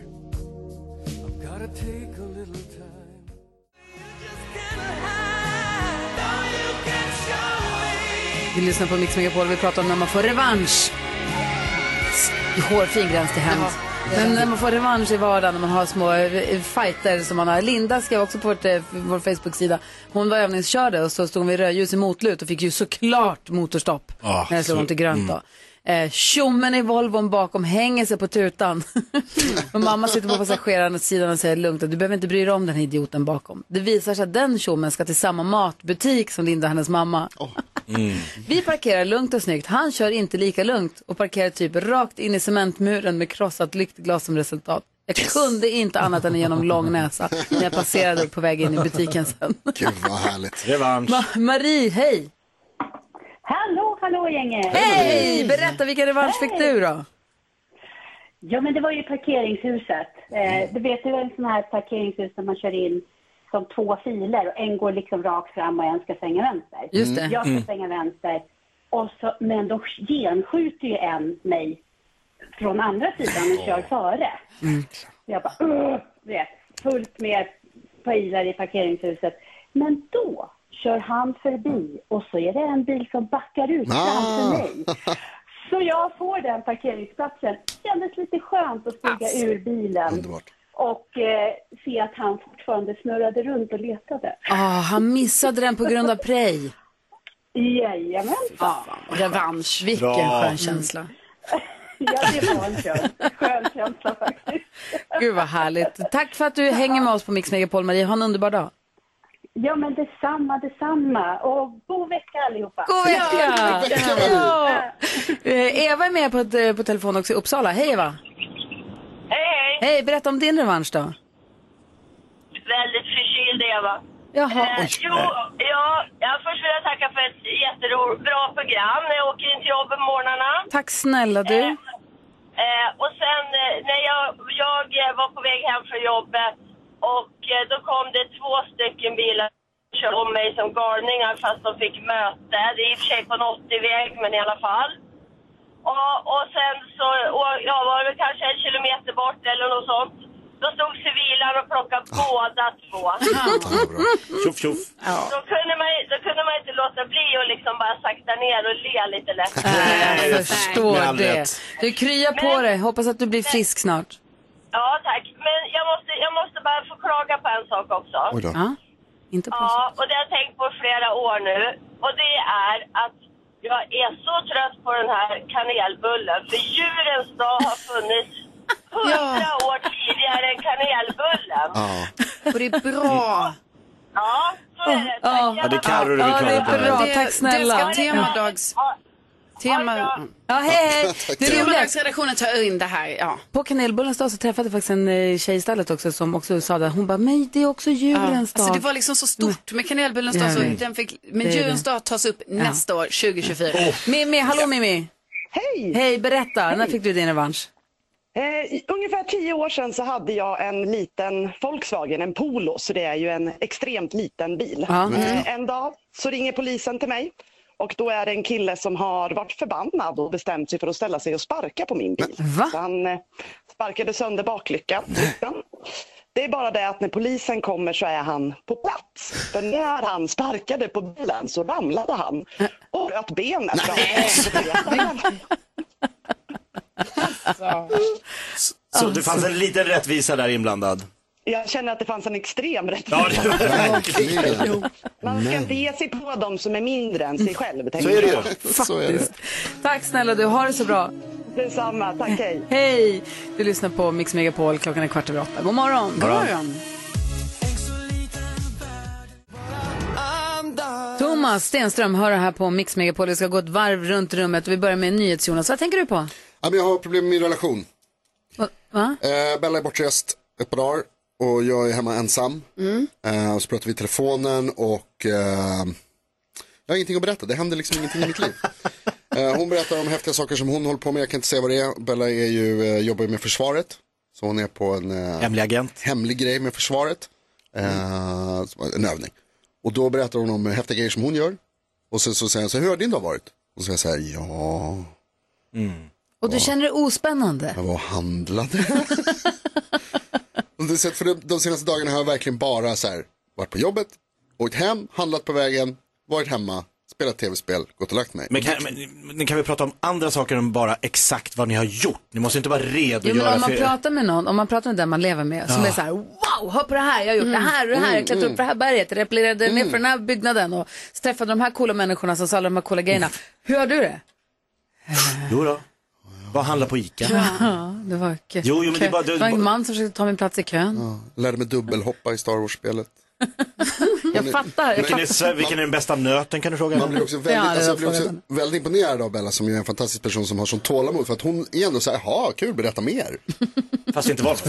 Vi lyssnar på Mix Megapol. Vi pratar om när man får revansch. Hårfin gräns till hämnd. Men när man får revansch i vardagen, när man har små fighter som man har. Linda skrev också på vår Facebook-sida. Hon var övningskörde och så stod hon vid rödljus i motlut och fick ju såklart motorstopp när det slog om till grönt då. Tjommen i Volvon bakom hänger sig på tutan. Och mamma sitter på passagerarnas sidan och säger lugnt att du behöver inte bry dig om den här idioten bakom. Det visar sig att den tjommen ska till samma matbutik som Linda, hennes mamma. Vi parkerar lugnt och snyggt. Han kör inte lika lugnt och parkerar typ rakt in i cementmuren med krossat lyktglas som resultat. Jag kunde inte annat än genom lång näsa när jag passerade på väg in i butiken sen. Gud vad härligt. Revansch. Marie, hej! Hallå gänget! Hej! Berätta, vilka revansch fick du då? Ja, men det var ju parkeringshuset. Du vet, det var en sån här parkeringshus där man kör in som 2 filer och en går liksom rakt fram och en ska svänga vänster. Just det. Jag ska svänga vänster Och så, men då genskjuter ju en mig från andra sidan och kör före. Jag bara, vet, fullt med pejlar i parkeringshuset. Men då kör han förbi och så är det en bil som backar ut framför mig. Så jag får den parkeringsplatsen. Det kändes lite skönt att stiga ur bilen. Underbart. Och se att han fortfarande snurrade runt och letade. Han missade den på grund av prej. Jajamän. Revansch, vilken skön känsla. Ja, det var en skön känsla faktiskt. Gud vad härligt. Tack för att du hänger med oss på Mix Megapol, Marie. Ha en underbar dag. Ja, men detsamma. Och god vecka allihopa. God vecka! Ja. Eva är med på telefon också i Uppsala. Hej Eva. Hej. Hej, berätta om din revansch då. Väldigt förkyld Eva. Jaha. Jag först vill jag tacka för ett jättebra program när jag åker in till jobbet på morgnarna. Tack snälla du. Och sen när jag var på väg hem från jobbet och då kom det 2 stycken bilar som körde om mig som galningar fast de fick möte. Det är i och för sig på en 80-väg men i alla fall. Och sen så jag var väl kanske 1 kilometer bort eller något sånt. Då stod civilen och plockade båda 2. Tjoff, tjoff. Ja. Då kunde man inte låta bli och liksom bara sakta ner och le lite lätt. Jag förstår det. Du kryar på dig. Hoppas att du blir frisk snart. Ja, tack. Men jag måste bara få klaga på en sak också. Oj då. Ja, inte på och det har jag tänkt på flera år nu. Och det är att jag är så trött på den här kanelbullen. För djurens dag har funnits 100 år tidigare än kanelbullen. Ja. Och det är bra. Ja, så är det. Ja, det kan du klaga på. Det är bra, tack snälla. Det ska hej. Temadagsredaktionen tar in det här, ja. På kanelbullens dag så träffade jag faktiskt en tjej i stallet också som också sa det. Hon bara, men det är också djurens dag. Alltså det var liksom så stort med kanelbullens dag så den fick, men djurens dag tas upp nästa år, 2024. Mimmi, hallå Mimmi. Hej! Hej, berätta, när fick du din revansch? Ungefär 10 år sedan så hade jag en liten Volkswagen, en Polo, så det är ju en extremt liten bil. En dag så ringer polisen till mig och då är det en kille som har varit förbannad och bestämt sig för att ställa sig och sparka på min bil. Så han sparkade sönder baklyckan. Det är bara det att när polisen kommer så är han på plats. För när han sparkade på bilen så ramlade han och bröt benet. Så det fanns en liten rättvisa där inblandad. Jag känner att det fanns en extrem rättvisa. Ja, det verkligen. Man ska inte ge sig på dem som är mindre än sig själv. Så är det ju. Faktiskt. Tack snälla du, ha det så bra. Detsamma, tack, hej. Hej, du lyssnar på Mix Megapol, klockan är 7:15. God morgon. God morgon. Thomas Stenström hör här på Mix Megapol. Vi ska gå ett varv runt rummet och vi börjar med en nyhetsjonas. Vad tänker du på? Ja, men jag har problem med min relation. Va? Bella är bortrest ett par dagar och jag är hemma ensam. Och så pratar vi i telefonen och jag har ingenting att berätta. Det händer liksom ingenting i mitt liv. Hon berättar om häftiga saker som hon håller på med. Jag kan inte säga vad det är. Bella är ju, jobbar med försvaret. Så hon är på en hemlig grej med försvaret. En övning. Och då berättar hon om häftiga grejer som hon gör. Och sen så säger hon så hur har din dag varit? Och så säger jag ja. Och du känner det ospännande? Jag var och handlade. För de senaste dagarna har jag verkligen bara så här, varit på jobbet, åkt hem, handlat på vägen, varit hemma, spelat tv-spel, gått och lagt mig. Men kan vi prata om andra saker än bara exakt vad ni har gjort? Ni måste inte vara redo att göra. Om man pratar med någon, om man pratar med den man lever med, som är så här, wow, hör på det här, jag har gjort det här och det här, jag klättrade upp för det här berget, jag replierade ner för den här byggnaden och träffade de här coola människorna som sa alla de här coola grejerna. Hur har du det? Jo då. Vad handlar på Ica? Ja, det var men det var en man som försökte ta min plats i kön. Ja, lärde mig dubbelhoppa i Star Wars-spelet. Jag fattar. Vilken är den bästa nöten kan du fråga? Man blir också väldigt imponerad av Bella som är en fantastisk person som har sån tålamod för att hon är ändå så här, kul, berätta mer. Fast inte vad.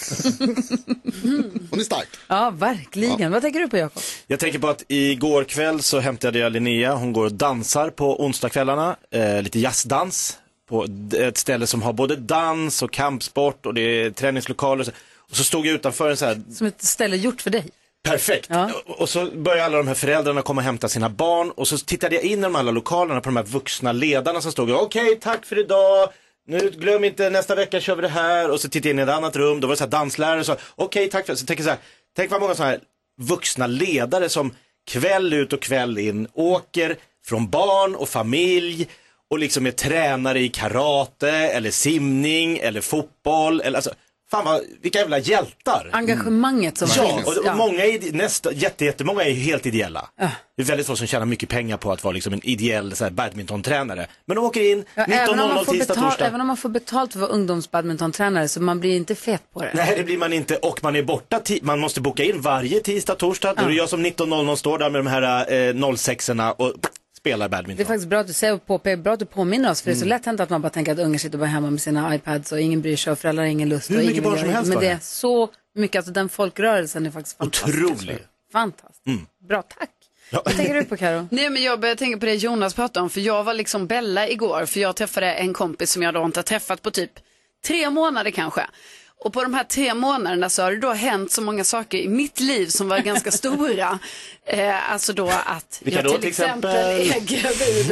Hon är stark. Ja, verkligen. Ja. Vad tänker du på, Jakob? Jag tänker på att igår kväll så hämtade jag Linnea. Hon går och dansar på onsdagskvällarna. Lite jazzdans. På ett ställe som har både dans och kampsport och det är träningslokaler. Och så stod jag utanför en så här... Som ett ställe gjort för dig? Perfekt. Ja. Och så börjar alla de här föräldrarna komma och hämta sina barn. Och så tittade jag in i de alla lokalerna på de här vuxna ledarna som stod. Okej, tack för idag. Nu glöm inte, nästa vecka kör vi det här. Och så tittade jag in i ett annat rum. Då var det så här danslärare. Så okej, tack för det. Så tänker jag så här, tänk vad många sådana här vuxna ledare som kväll ut och kväll in åker från barn och familj. Och liksom är tränare i karate eller simning eller fotboll. Eller alltså... Fan vilka jävla hjältar. Engagemanget som finns. Och många är jättemånga är helt ideella. Det är väldigt få som tjänar mycket pengar på att vara liksom en ideell så här, badmintontränare. Men de åker in 19:00 tisdag, torsdag. Även om man får betalt för att vara ungdomsbadmintontränare så man blir inte fet på det. Nej, det blir man inte. Och man är borta, man måste boka in varje tisdag, torsdag. Då är det jag som 19:00 står där med de här 06-erna och spelar badminton. Det är faktiskt bra att du säger och bra att du påminner oss. För det är så lätt hänt att man bara tänker att ungar sitter bara hemma med sina iPads och ingen bryr sig och föräldrar har ingen lust. Hur mycket barn som helst. Men det är så mycket, alltså den folkrörelsen är faktiskt fantastisk. Otrolig. Fantastiskt. Bra, tack. Ja. Vad tänker du på, Karo? Nej, men jag började tänka på det Jonas pratade om. För jag var liksom Bella igår. För jag träffade en kompis som jag då inte har träffat på typ 3 månader kanske. Och på de här 3 månaderna så har det då hänt så många saker i mitt liv som var ganska stora. Alltså då att jag till exempel är gravid.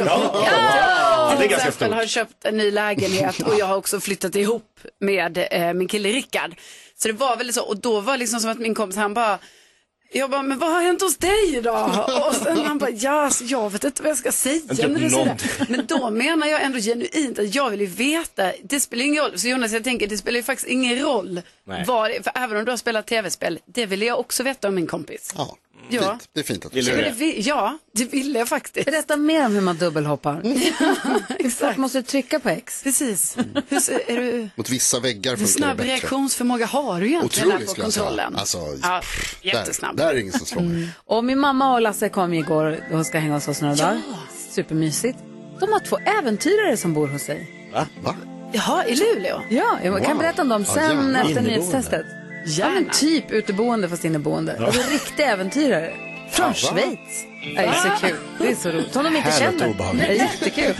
Till exempel har köpt en ny lägenhet och jag har också flyttat ihop med min kille Rickard. Så det var väldigt så, och då var det liksom som att min kompis han bara... Jag bara, men vad har hänt hos dig då? Och sen han bara, ja, så jag vet inte vad jag ska säga när du säger det. Men då menar jag ändå genuint att jag vill ju veta, det spelar ingen roll. Så Jonas, jag tänker, det spelar ju faktiskt ingen roll. För även om du har spelat tv-spel, det vill jag också veta om min kompis. Ja, fint. Det är fint att du säger det. Ja, det vill jag faktiskt. Berätta mer om hur man dubbelhoppar. Exakt. Måste trycka på X. Precis. Är du... Mot vissa väggar funkar det bättre. Snabb reaktionsförmåga har du egentligen här på kontrollen. Alltså, jättesnabb. Där är ingen som slår mig. Och min mamma och Lasse kom igår och ska hänga hos oss några dagar. Supermysigt. De har 2 äventyrare som bor hos sig. Va? Jaha, i Luleå? Ja, jag kan berätta om dem sen efter nyhetstestet. Ja, men typ uteboende fast inneboende. Ja. Alltså riktiga äventyrare. Från Schweiz. Det är så kul. Det är så roligt. Som de inte känner. Det är jättekul.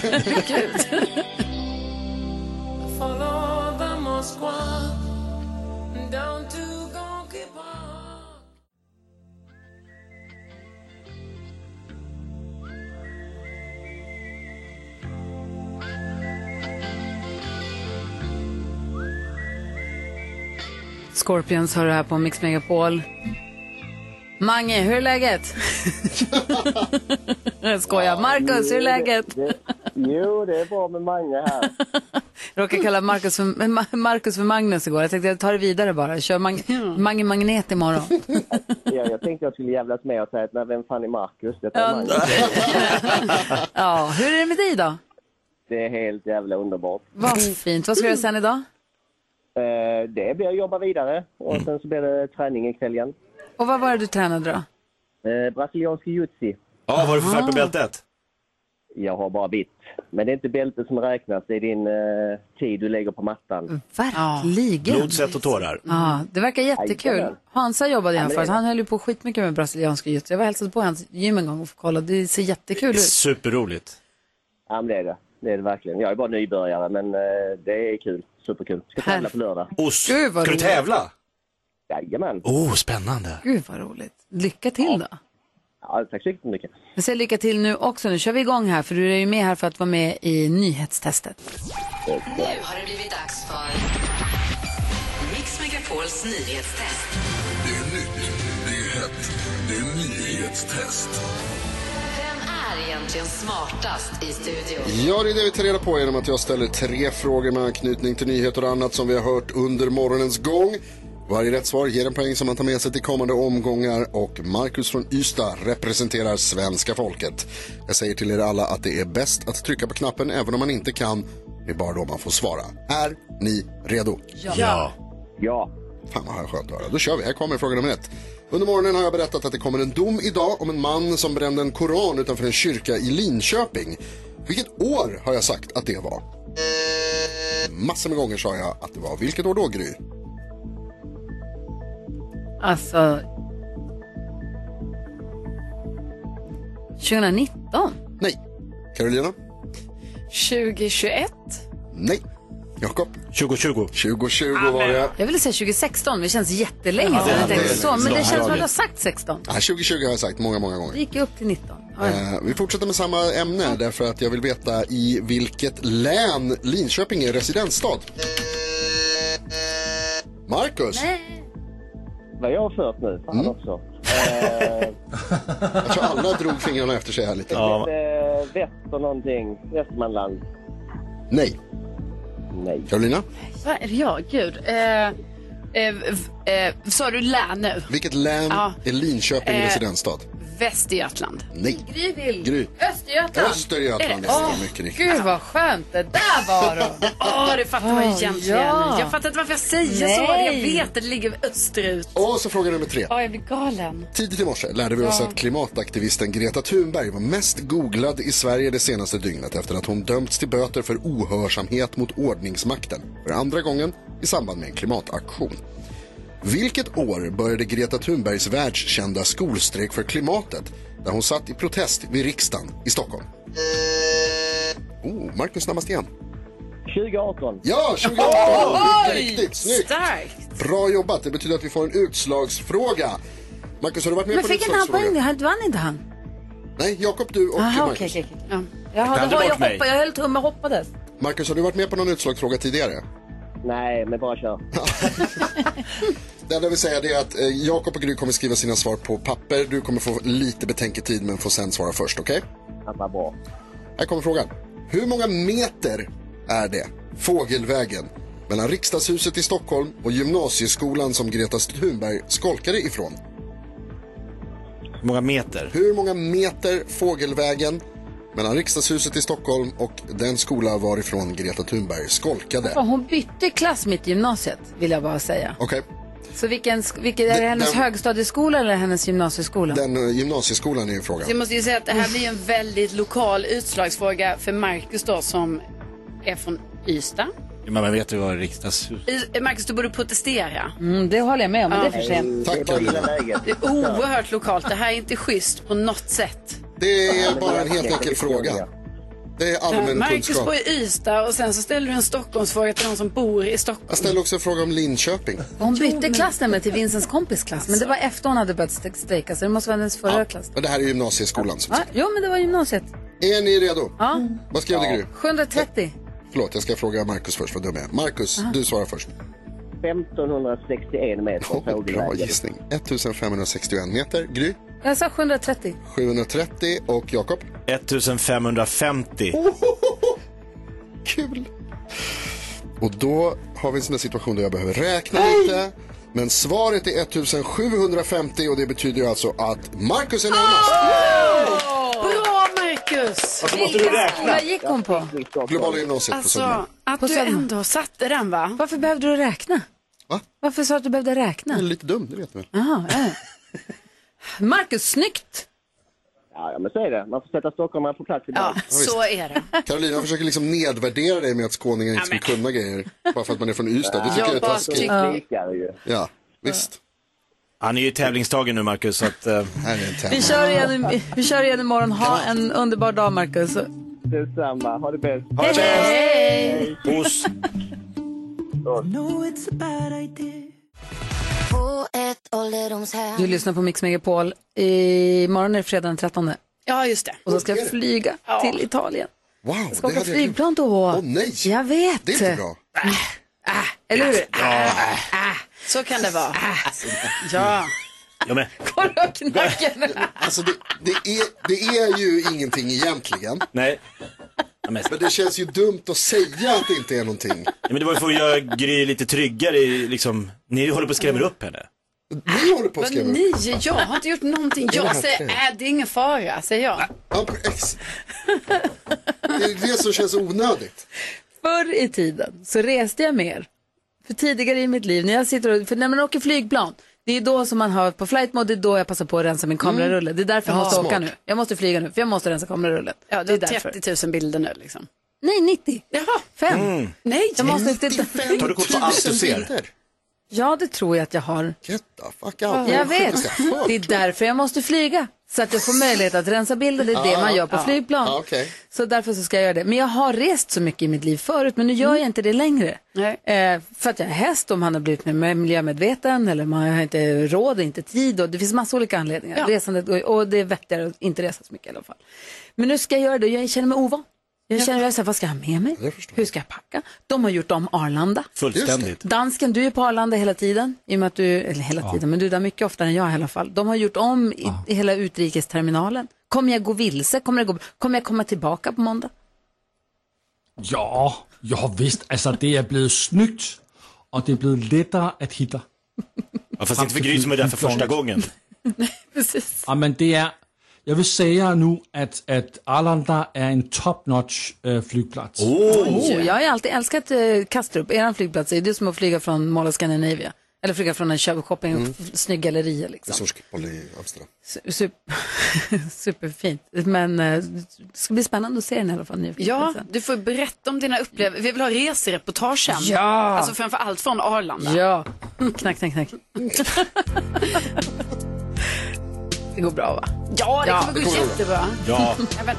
Scorpions hör det här på Mix Megapol. Mange, hur är läget? Jag skojar. Marcus, hur är läget? Jo, det är bra med Mange här. Jag råkade kalla Marcus för Magnus igår. Jag tänkte jag tar det vidare bara. Kör Mange Magnet imorgon. Ja, jag tänkte jag skulle jävlas med och säga att vem fan är Marcus? Det är Mange. Ja, hur är det med dig då? Det är helt jävla underbart. Vad fint. Vad ska du göra sen idag? Det blir att jobba vidare och sen så blir det träning i kvällen. Och vad var det du tränade då? Brasiliansk jiu-jitsu. Ja, vad var det för färg på bältet? Jag har bara vitt. Men det är inte bältet som räknas, det är din tid du lägger på mattan. Verkligen. Blod, svett och tårar. Ja, det verkar jättekul. Hansa jobbade här förut. Han höll ju på skitmycket med brasiliansk jiu-jitsu. Jag var hälsat på hans gym en gång och kollade. Det ser jättekul ut. Superroligt. Ja, men det är det. Det är det verkligen. Jag är bara nybörjare, men det är kul. Superkul. Ska tävla på lördag. Ska du tävla? Jajamän. Spännande. Gud vad roligt. Lycka till då. Ja, tack så mycket. Jag säger lycka till nu också. Nu kör vi igång här för du är ju med här för att vara med i nyhetstestet. Nu har det blivit dags för Mix Megapols nyhetstest. Det är nytt, det är hett, det är nyhetstest. Vem är egentligen smartast i studion? Ja, det är det vi tar reda på genom att jag ställer 3 frågor med anknytning till nyheter och annat som vi har hört under morgonens gång. Varje rätt svar ger en poäng som man tar med sig till kommande omgångar och Marcus från Ystad representerar svenska folket. Jag säger till er alla att det är bäst att trycka på knappen även om man inte kan. Det är bara då man får svara. Är ni redo? Ja. Fan vad skönt att höra. Då kör vi. Här kommer fråga nummer 1. Under morgonen har jag berättat att det kommer en dom idag om en man som brände en koran utanför en kyrka i Linköping. Vilket år har jag sagt att det var? Massor med gånger sa jag att det var. Vilket år då, Gry? Alltså 2019? Nej. Carolina? 2021? Nej. Jakob? 2020. 2020 var det. Jag ville säga 2016, men det känns jättelänge sedan jag tänkte så. Men det känns som att du har sagt 16. Ja, 2020 har jag sagt många gånger. Det gick upp till 19. Vi fortsätter med samma ämne därför att jag vill veta i vilket län Linköping är residensstad. Marcus? Nej. Vad jag har fört nu, fan också. Jag tror alla drog fingrarna efter sig här lite. Ja. Väster någonting, Västmanland. Nej. Carolina? Vad är det jag? Gud. Sa du län nu? Vilket län är Linköping residensstad? Västergötland. Nej. Gry. Östergötland är mycket riktigt. Gud vad skönt det där var då. Det fattar man ju egentligen. Ja. Jag fattar inte varför jag säger så. Jag vet att det ligger österut. Och så fråga nummer 3. Jag blir galen. Tidigt i morse lärde vi oss att klimataktivisten Greta Thunberg var mest googlad i Sverige det senaste dygnet efter att hon dömts till böter för ohörsamhet mot ordningsmakten för andra gången i samband med en klimataktion. Vilket år började Greta Thunbergs världskända skolstrejk för klimatet där hon satt i protest vid riksdagen i Stockholm? Marcus snabbast igen. 2018. Ja, 2018. Riktigt snyggt. Starkt. Bra jobbat. Det betyder att vi får en utslagsfråga. Marcus, har du varit med men på en utslagsfråga? Men fick en poäng? Vann inte han? Nej, Jakob, du och Marcus. Okej. Jag höll tummen och hoppades. Marcus, har du varit med på någon utslagsfråga tidigare? Nej, men bara kör. Det enda jag vill säga är att Jakob och Gry kommer skriva sina svar på papper. Du kommer få lite betänketid men får sen svara först, okej? Ja, bra. Här kommer frågan. Hur många meter är det fågelvägen mellan riksdagshuset i Stockholm och gymnasieskolan som Greta Thunberg skolkade ifrån? Hur många meter? Hur många meter fågelvägen mellan riksdagshuset i Stockholm och den skola varifrån Greta Thunberg skolkade? Hon bytte klass mitt i gymnasiet, vill jag bara säga. Okej. Så vilken är det hennes högstadieskola eller hennes gymnasieskola? Den gymnasieskolan är ju frågan. Så jag måste ju säga att det här blir en väldigt lokal utslagsfråga för Marcus då som är från Ystad. Man vet ju vad riksdagshus. Marcus, du borde protestera. Det håller jag med om, men det är för sent. Tack, Carolina. Det är oerhört lokalt. Det här är inte schysst på något sätt. Det är bara en helt enkel fråga. Det är allmän Marcus kunskap. bor i Ystad och sen så ställer du en Stockholmsfråga till någon som bor i Stockholm. Jag ställer också en fråga om Linköping. Hon bytte klass nämligen till Vincents kompis klass. Men det var efter hon hade börjat strejka, så det måste vara hennes förra klass. Men det här är gymnasieskolan som sagt. Jo, men det var gymnasiet. Är ni redo? Ja. Vad skrev du, Gry? 730. Förlåt, jag ska fråga Marcus först, vad dum jag är. Marcus, du svarar först. 1561 meter. Bra gissning. 1561 meter. Gry? Jag sa 730. 730 och Jakob? 1550. Kul! Och då har vi en sån där situation där jag behöver räkna lite. Men svaret är 1750 och det betyder alltså att Marcus är närmast. Bra, Marcus! Varför måste du räkna? Vad gick hon på? Globala gymnasiet på Södermalm. Att du ändå satte den, va? Varför behövde du räkna? Va? Varför sa du att du behövde räkna? Jag är lite dum, det vet du väl. Jaha, Marcus, snyggt! Ja, men så är det. Man får sätta stockholmarna på plats ibland. Ja, så är det. Carolina försöker liksom nedvärdera dig med att skåningar inte skulle kunna grejer. Bara för att man är från Ystad. Det tycker jag är taskigt. Ja, visst. Han är ju tävlingstagen nu, Marcus. Så att, Vi kör igen imorgon. Ha en underbar dag, Marcus. Detsamma. Ha det bäst. Ha det bäst. Hej! Puss. Du lyssnar på Mix Megapol. Imorgon är det fredag den 13. Ja, just det. Och så ska jag flyga till Italien. Wow, jag ska åka flygplan då. Nej, jag vet. Det är inte bra. Eller hur? Så kan det vara. Ja. Ja, men. Kolla knacken. Alltså det är ju ingenting egentligen. Nej. Men det känns ju dumt att säga att det inte är någonting. Ja, men det var ju för att göra Gry lite tryggare. Liksom, ni håller på att skrämma upp henne. Ni håller på att skrämma upp. Jag har inte gjort någonting. Jag säger, det är ingen fara, säger jag. Ja, det är det som känns onödigt. Förr i tiden så reste jag mer. För tidigare i mitt liv, för när man åker flygplan, det är då som man har på flight mode, det är då jag passar på att rensa min kamerarulle. Det är därför jag måste åka nu. Jag måste flyga nu, för jag måste rensa kamerarullen. Ja, du har 30 000 bilder nu liksom. Nej, 90. Jaha. 5. Nej, jag måste 95 tar du kort på allt du ser? Ja, det tror jag att jag har. Get the fuck out. Jag vet. Det är därför jag måste flyga. Så att jag får möjlighet att rensa bilder, det är det man gör på flygplan. Okay. Så därför så ska jag göra det. Men jag har rest så mycket i mitt liv förut, men nu gör jag inte det längre. För att jag är häst, om han har blivit mer miljömedveten, eller man har inte råd, inte tid, och det finns massa olika anledningar. Resandet, och det är vettigare att inte resa så mycket i alla fall. Men nu ska jag göra det, jag känner mig ovan. Jag känner så här, vad ska jag ha med mig? Hur ska jag packa? De har gjort om Arlanda. Fullständigt. Dansken, du är på Arlanda hela tiden. I och med att eller hela tiden, men du är där mycket oftare än jag i alla fall. De har gjort om i hela utrikesterminalen. Kommer jag gå vilse? Kommer jag komma tillbaka på måndag? Ja, visst. Alltså det är blivit snyggt. Och det är blivit lättare att hitta. Ja, fast inte för Gry som är där för första gången. Precis. Ja, men det är... Jag vill säga nu att Arlanda är en top-notch flygplats. Jag har alltid älskat Kastrup. Er flygplats är det som att flyga från Mall of Scandinavia. Eller flyga från en shopping, snygg galleria liksom. Sorskipol i Amsterdam. Superfint. Men det ska bli spännande att se den i alla fall. Ja, du får berätta om dina upplevelser. Vi vill ha resereportagen. Ja. Alltså framför allt från Arlanda. Ja. Knack. Det går bra, va? Ja, det kommer gå jättebra. Ja.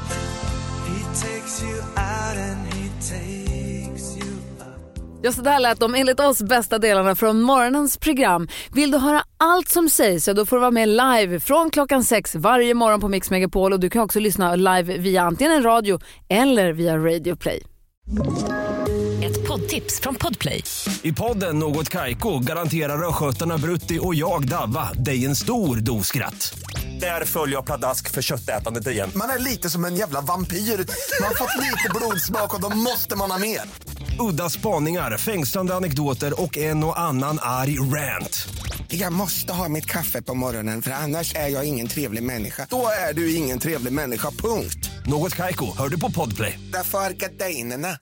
Ja, så där lät de enligt oss bästa delarna från morgonens program. Vill du höra allt som sägs, så då får du vara med live från 6:00 varje morgon på Mix Megapol. Och du kan också lyssna live via antingen en radio eller via Radio Play. Ett poddtips från Podplay. I podden Något Kaiko garanterar röskötarna Brutti och jag Davva dig en stor doskratt. Där följer jag pladask för köttätandet igen. Man är lite som en jävla vampyr. Man har fått lite blodsmak och då måste man ha mer. Udda spaningar, fängslande anekdoter och en och annan arg rant. Jag måste ha mitt kaffe på morgonen, för annars är jag ingen trevlig människa. Då är du ingen trevlig människa, punkt. Något Kaiko, hör du på Podplay. Därför är gardinerna.